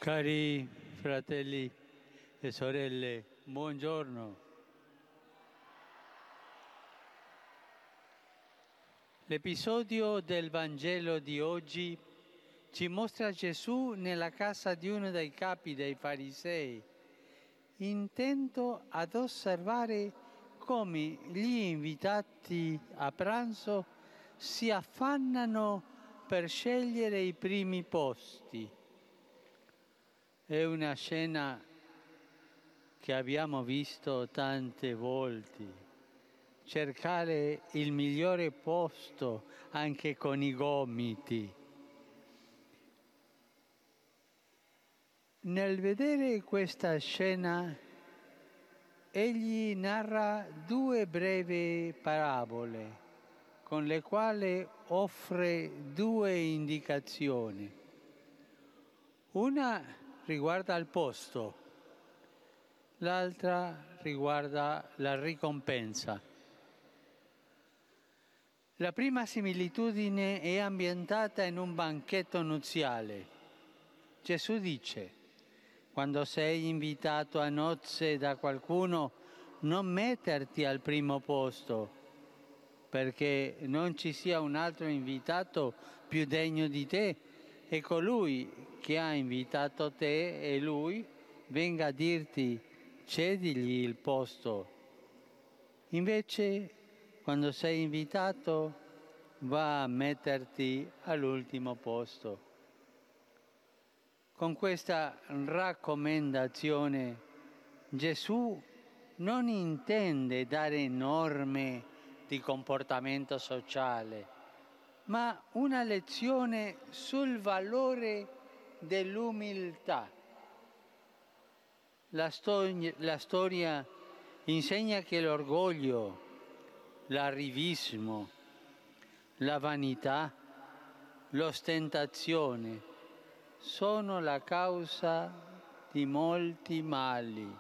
Cari fratelli e sorelle, buongiorno. L'episodio del Vangelo di oggi ci mostra Gesù nella casa di uno dei capi dei farisei, intento ad osservare come gli invitati a pranzo si affannano per scegliere i primi posti. È una scena che abbiamo visto tante volte, cercare il migliore posto anche con i gomiti. Nel vedere questa scena, egli narra due brevi parabole con le quali offre due indicazioni. Una riguarda il posto, l'altra riguarda la ricompensa. La prima similitudine è ambientata in un banchetto nuziale. Gesù dice: quando sei invitato a nozze da qualcuno, non metterti al primo posto, perché non ci sia un altro invitato più degno di te e colui che ha invitato te e lui venga a dirti: cedigli il posto. Invece, quando sei invitato, va a metterti all'ultimo posto. Con questa raccomandazione Gesù non intende dare norme di comportamento sociale, ma una lezione sul valore dell'umiltà. La storia insegna che l'orgoglio, l'arrivismo, la vanità, l'ostentazione sono la causa di molti mali.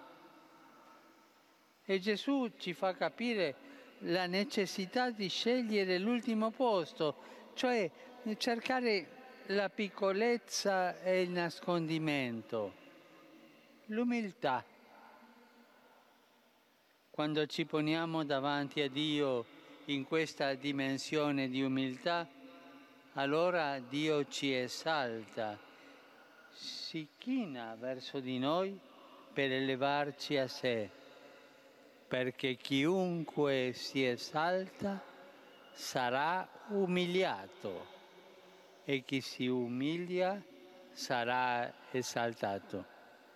E Gesù ci fa capire la necessità di scegliere l'ultimo posto, cioè cercare la piccolezza e il nascondimento, l'umiltà. Quando ci poniamo davanti a Dio in questa dimensione di umiltà, allora Dio ci esalta, si china verso di noi per elevarci a sé, perché chiunque si esalta sarà umiliato e chi si umilia sarà esaltato.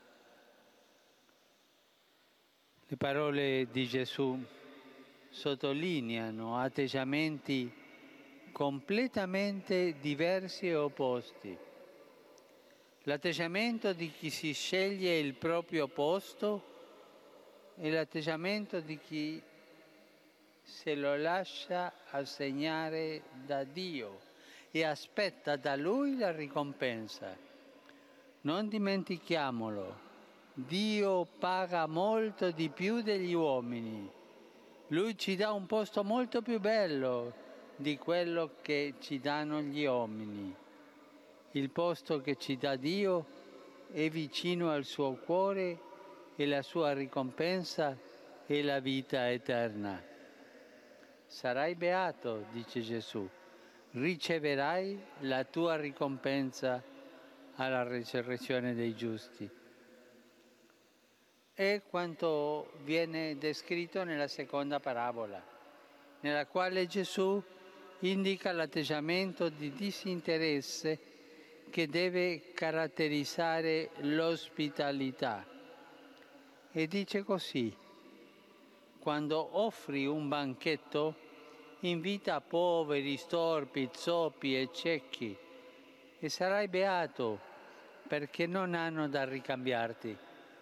Le parole di Gesù sottolineano atteggiamenti completamente diversi e opposti. L'atteggiamento di chi si sceglie il proprio posto e l'atteggiamento di chi se lo lascia assegnare da Dio e aspetta da Lui la ricompensa. Non dimentichiamolo, Dio paga molto di più degli uomini. Lui ci dà un posto molto più bello di quello che ci danno gli uomini. Il posto che ci dà Dio è vicino al suo cuore e la sua ricompensa è la vita eterna. Sarai beato, dice Gesù, riceverai la tua ricompensa alla resurrezione dei giusti. È quanto viene descritto nella seconda parabola, nella quale Gesù indica l'atteggiamento di disinteresse che deve caratterizzare l'ospitalità. E dice così: quando offri un banchetto, invita poveri, storpi, zoppi e ciechi, e sarai beato perché non hanno da ricambiarti.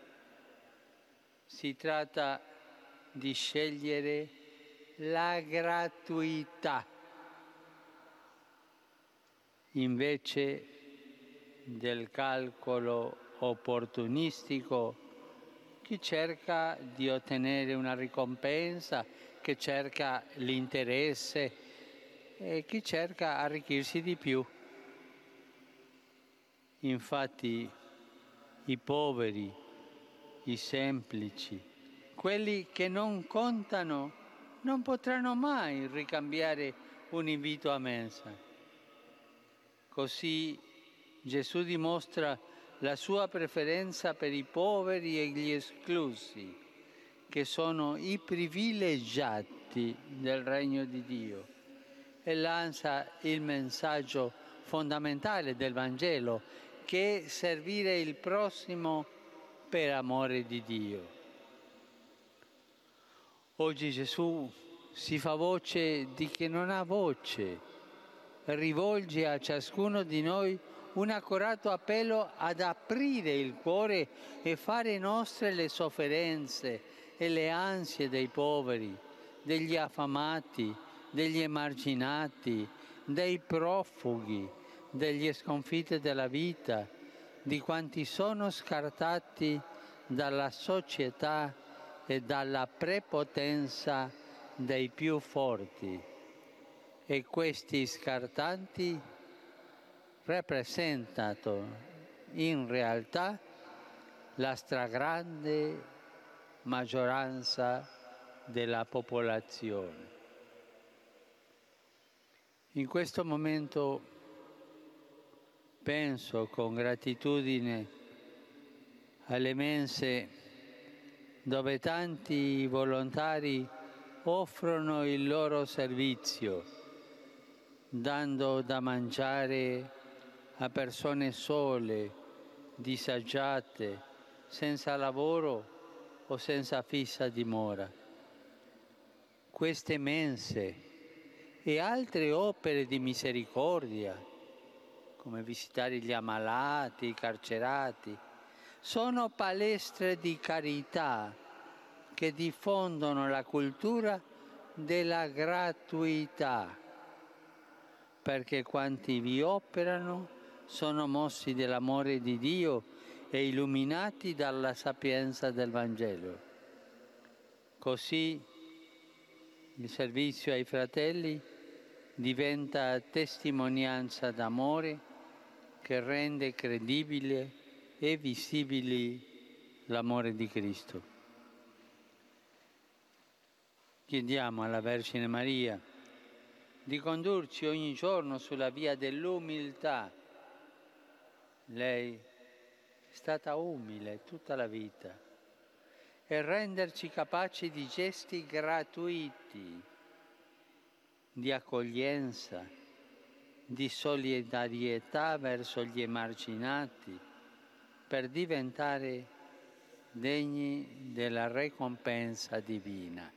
Si tratta di scegliere la gratuità invece del calcolo opportunistico, chi cerca di ottenere una ricompensa, chi cerca l'interesse e chi cerca arricchirsi di più. Infatti, i poveri, i semplici, quelli che non contano, non potranno mai ricambiare un invito a mensa. Così Gesù dimostra la sua preferenza per i poveri e gli esclusi, che sono i privilegiati del regno di Dio, e lancia il messaggio fondamentale del Vangelo, che è servire il prossimo per amore di Dio. Oggi Gesù si fa voce di chi non ha voce, rivolge a ciascuno di noi un accorato appello ad aprire il cuore e fare nostre le sofferenze e le ansie dei poveri, degli affamati, degli emarginati, dei profughi, degli sconfitti della vita, di quanti sono scartati dalla società e dalla prepotenza dei più forti. E questi scartanti rappresentano in realtà la stragrande maggioranza della popolazione. In questo momento penso con gratitudine alle mense dove tanti volontari offrono il loro servizio, dando da mangiare a persone sole, disagiate, senza lavoro o senza fissa dimora. Queste mense e altre opere di misericordia, come visitare gli ammalati, i carcerati, sono palestre di carità che diffondono la cultura della gratuità, perché quanti vi operano sono mossi dall'amore di Dio e illuminati dalla sapienza del Vangelo. Così il servizio ai fratelli diventa testimonianza d'amore che rende credibile e visibile l'amore di Cristo. Chiediamo alla Vergine Maria di condurci ogni giorno sulla via dell'umiltà. Lei è stata umile tutta la vita, e renderci capaci di gesti gratuiti, di accoglienza, di solidarietà verso gli emarginati, per diventare degni della ricompensa divina.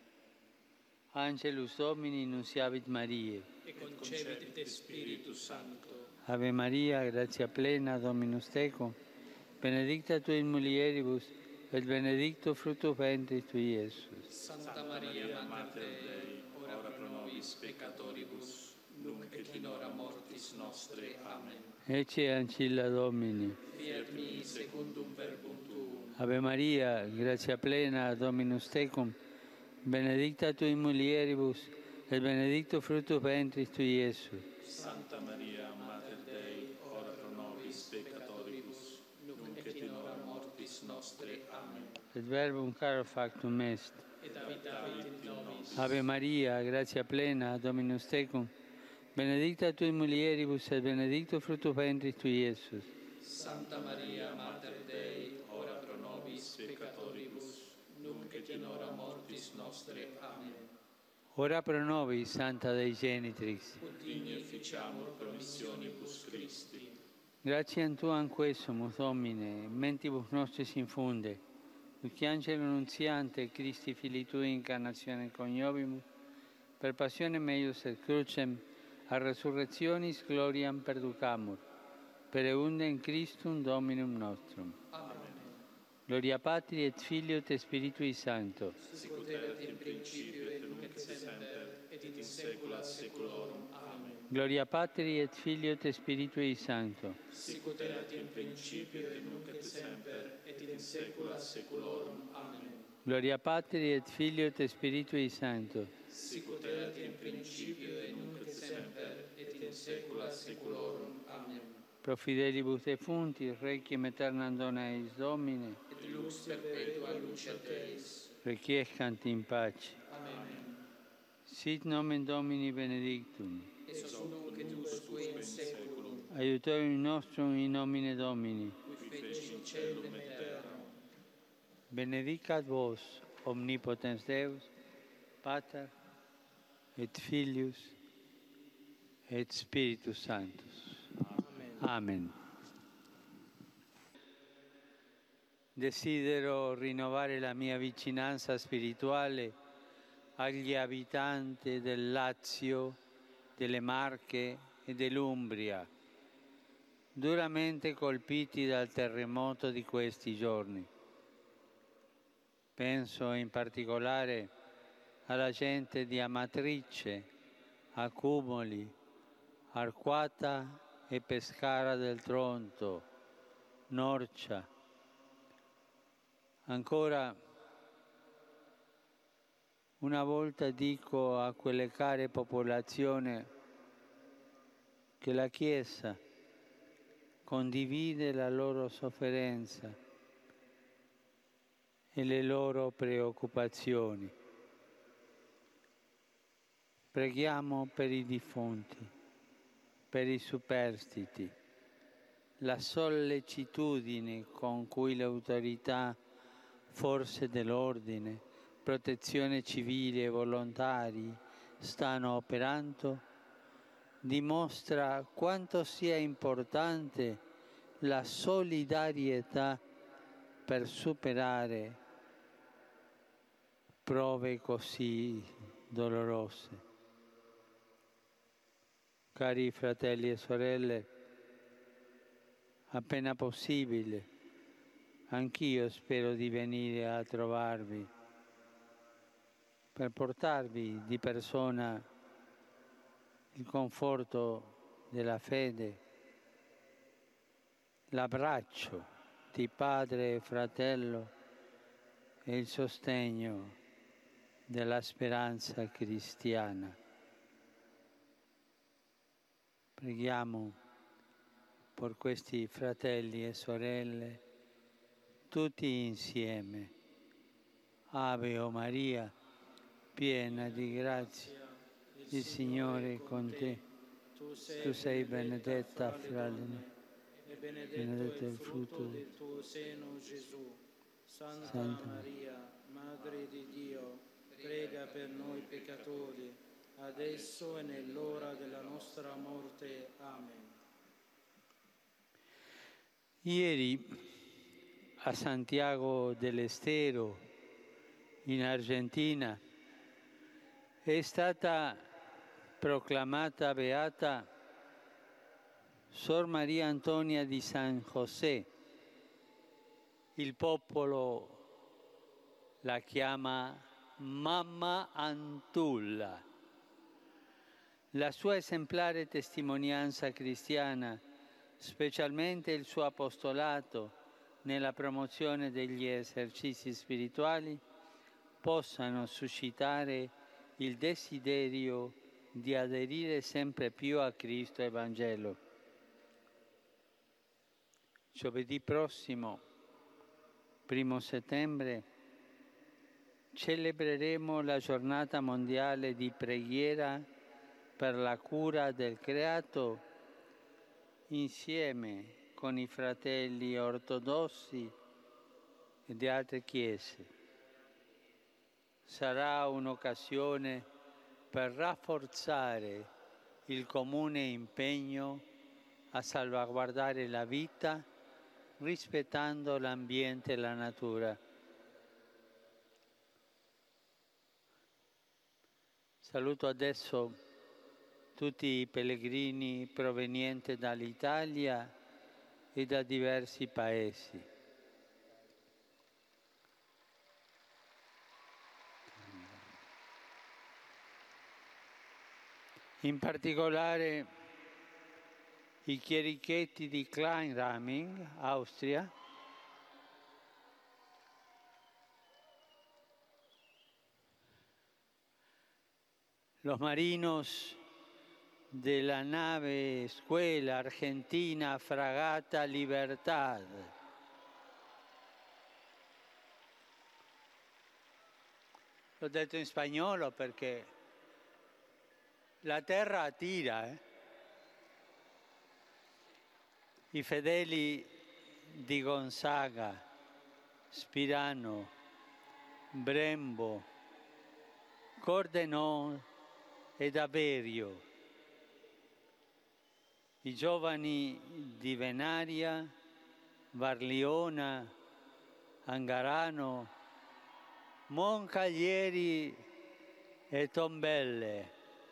Angelus Domini nunciavit Mariae. E concebit de Spiritus Sancto. Ave Maria, gratia plena, Dominus tecum, benedicta tu in mulieribus, et benedictus fructus ventris tui, Iesus. Santa Maria, Mater Dei, ora pro nobis peccatoribus, nunc et in hora mortis nostre. Amen. Ecce ancilla Domini. Fiat mi secundum verbum tuum. Ave Maria, gratia plena, Dominus tecum, benedicta tu in mulieribus, et benedictus fructus ventris tui, Iesus. Santa Maria, Mater Dei, ora pro nobis peccatoribus, nunc et in hora mortis nostre. Amen. Et verbum caro factum est. Et habitavit in nobis. Ave Maria, gratia plena, Dominus tecum, benedicta tu in mulieribus, et benedictus fructus ventris tui, Iesus. Santa Maria, Mater Dei, ora pro nobis peccatoribus, nunc et in hora mortis nostre. Amen. Ora pro nobis, Santa Dei Genitrix. Ut digni efficiamur promissionibus Christi. Gratiam Tuam quesumus, Domine, mentibus nostris infunde, ut angelo nunziante Christi Filii Tui incarnatione coniovimus, per passionem eius et crucem, a resurrectionis gloriam perducamur, per eundem Christum Dominum nostrum. Amen. Gloria Patri et Filio et Spiritui Sancto. Sicut erat in principio et nunc et semper, et in saecula saeculorum. Amen. Gloria Patri et Filio et Spiritui Sancto. Sicut erat in principio et nunc et semper, et in saecula saeculorum. Amen. Gloria Patri et Filio et Spiritui Sancto. Sicut erat in principio et nunc et semper, et in saecula saeculorum. Amen. pro fidelibus defunctis, requiem aeternam dona eis Domine, et lux perpetua luce Deis. requiescant in pace. Amen. Sit nomen Domini benedictum, Ex nunc et usque in saeculum, aiutorium nostrum in nomine Domini. qui feci caelum et terram. Benedicat vos, omnipotens Deus, Pater, et Filius, et Spiritus Sanctus. Amen. Amen. Desidero rinnovare la mia vicinanza spirituale agli abitanti del Lazio, delle Marche e dell'Umbria, duramente colpiti dal terremoto di questi giorni. Penso in particolare alla gente di Amatrice, Accumoli, Arquata e Pescara del Tronto, Norcia. Ancora una volta dico a quelle care popolazioni che la Chiesa condivide la loro sofferenza e le loro preoccupazioni. Preghiamo per i defunti, per i superstiti, la sollecitudine con cui le autorità, forze dell'ordine, protezione civile e volontari stanno operando, dimostra quanto sia importante la solidarietà per superare prove così dolorose. Cari fratelli e sorelle, appena possibile, anch'io spero di venire a trovarvi per portarvi di persona il conforto della fede, l'abbraccio di padre e fratello e il sostegno della speranza cristiana. Preghiamo per questi fratelli e sorelle, tutti insieme. Ave o Maria, piena di grazia, il Signore è con te. Tu sei benedetta fra le donne, e benedetto è il frutto del tuo seno, Gesù. Santa Maria, Madre di Dio, prega per noi peccatori, adesso e nell'ora della nostra morte. Amen. Ieri a Santiago del Estero, in Argentina, è stata proclamata beata Sor Maria Antonia di San José. Il popolo la chiama Mamma Antulla. La sua esemplare testimonianza cristiana, specialmente il suo apostolato nella promozione degli esercizi spirituali, possano suscitare il desiderio di aderire sempre più a Cristo e Vangelo. Giovedì prossimo, 1 settembre, celebreremo la giornata mondiale di preghiera per la cura del creato insieme con i fratelli ortodossi e di altre chiese. Sarà un'occasione per rafforzare il comune impegno a salvaguardare la vita rispettando l'ambiente e la natura. Saluto adesso tutti i pellegrini provenienti dall'Italia e da diversi paesi. In particolare i chierichetti di Kleinraming, Austria, los marinos della nave Scuela Argentina Fragata Libertad. L'ho detto in spagnolo perché la terra attira. I fedeli di Gonzaga, Spirano, Brembo, Cordenón ed Averio, i giovani di Venaria, Varliona, Angarano, Moncaglieri e Tombelle.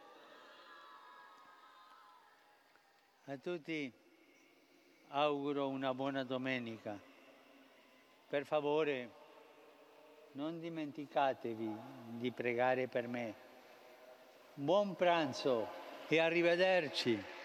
A tutti auguro una buona domenica. Per favore, non dimenticatevi di pregare per me. Buon pranzo e arrivederci.